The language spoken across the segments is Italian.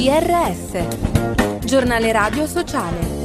GRS, Giornale Radio Sociale.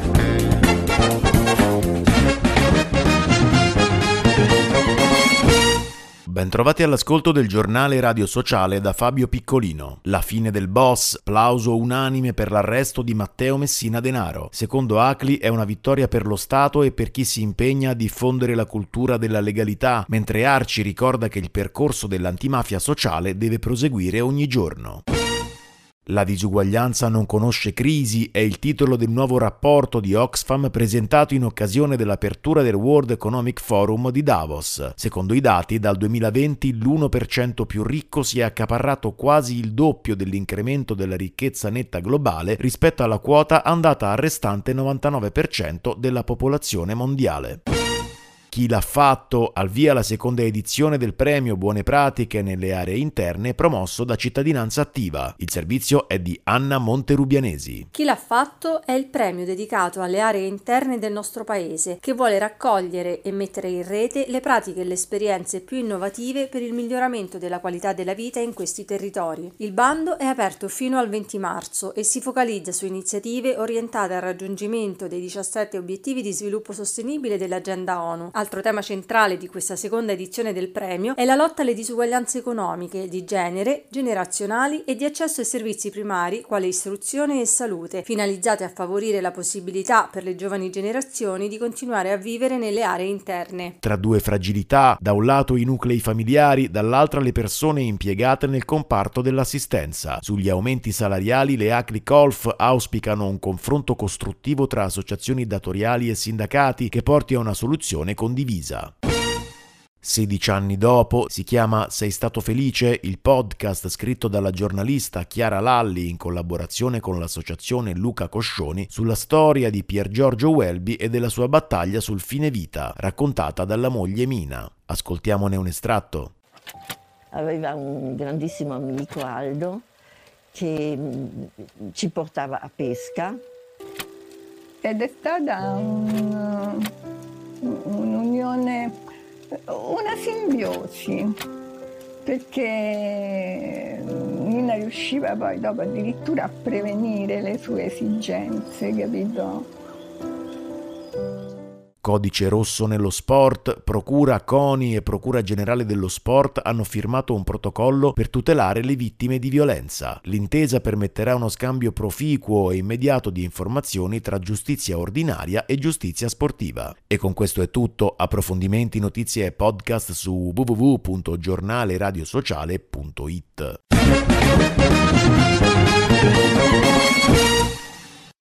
Bentrovati all'ascolto del Giornale Radio Sociale da Fabio Piccolino. La fine del boss, plauso unanime per l'arresto di Matteo Messina Denaro. Secondo Acli è una vittoria per lo Stato e per chi si impegna a diffondere la cultura della legalità, mentre Arci ricorda che il percorso dell'antimafia sociale deve proseguire ogni giorno. La disuguaglianza non conosce crisi è il titolo del nuovo rapporto di Oxfam presentato in occasione dell'apertura del World Economic Forum di Davos. Secondo i dati, dal 2020 l'1% più ricco si è accaparrato quasi il doppio dell'incremento della ricchezza netta globale rispetto alla quota andata al restante 99% della popolazione mondiale. Chi l'ha fatto? Al via la seconda edizione del premio Buone Pratiche nelle aree interne promosso da Cittadinanza Attiva. Il servizio è di Anna Monterubianesi. Chi l'ha fatto è il premio dedicato alle aree interne del nostro paese, che vuole raccogliere e mettere in rete le pratiche e le esperienze più innovative per il miglioramento della qualità della vita in questi territori. Il bando è aperto fino al 20 marzo e si focalizza su iniziative orientate al raggiungimento dei 17 obiettivi di sviluppo sostenibile dell'Agenda ONU. Altro tema centrale di questa seconda edizione del premio è la lotta alle disuguaglianze economiche, di genere, generazionali e di accesso ai servizi primari quale istruzione e salute, finalizzate a favorire la possibilità per le giovani generazioni di continuare a vivere nelle aree interne. Tra due fragilità, da un lato i nuclei familiari, dall'altra le persone impiegate nel comparto dell'assistenza. Sugli aumenti salariali le Acli Colf auspicano un confronto costruttivo tra associazioni datoriali e sindacati che porti a una soluzione condivisa. 16 anni dopo, si chiama Sei stato felice? Il podcast scritto dalla giornalista Chiara Lalli in collaborazione con l'associazione Luca Coscioni sulla storia di Pier Giorgio Welby e della sua battaglia sul fine vita, raccontata dalla moglie Mina. Ascoltiamone un estratto. Aveva un grandissimo amico, Aldo, che ci portava a pesca. Ed è stata un'unione, una simbiosi, perché Nina riusciva poi dopo addirittura a prevenire le sue esigenze, capito? Codice rosso nello sport, Procura CONI e Procura Generale dello Sport hanno firmato un protocollo per tutelare le vittime di violenza. L'intesa permetterà uno scambio proficuo e immediato di informazioni tra giustizia ordinaria e giustizia sportiva. E con questo è tutto. Approfondimenti, notizie e podcast su www.giornaleradiosociale.it.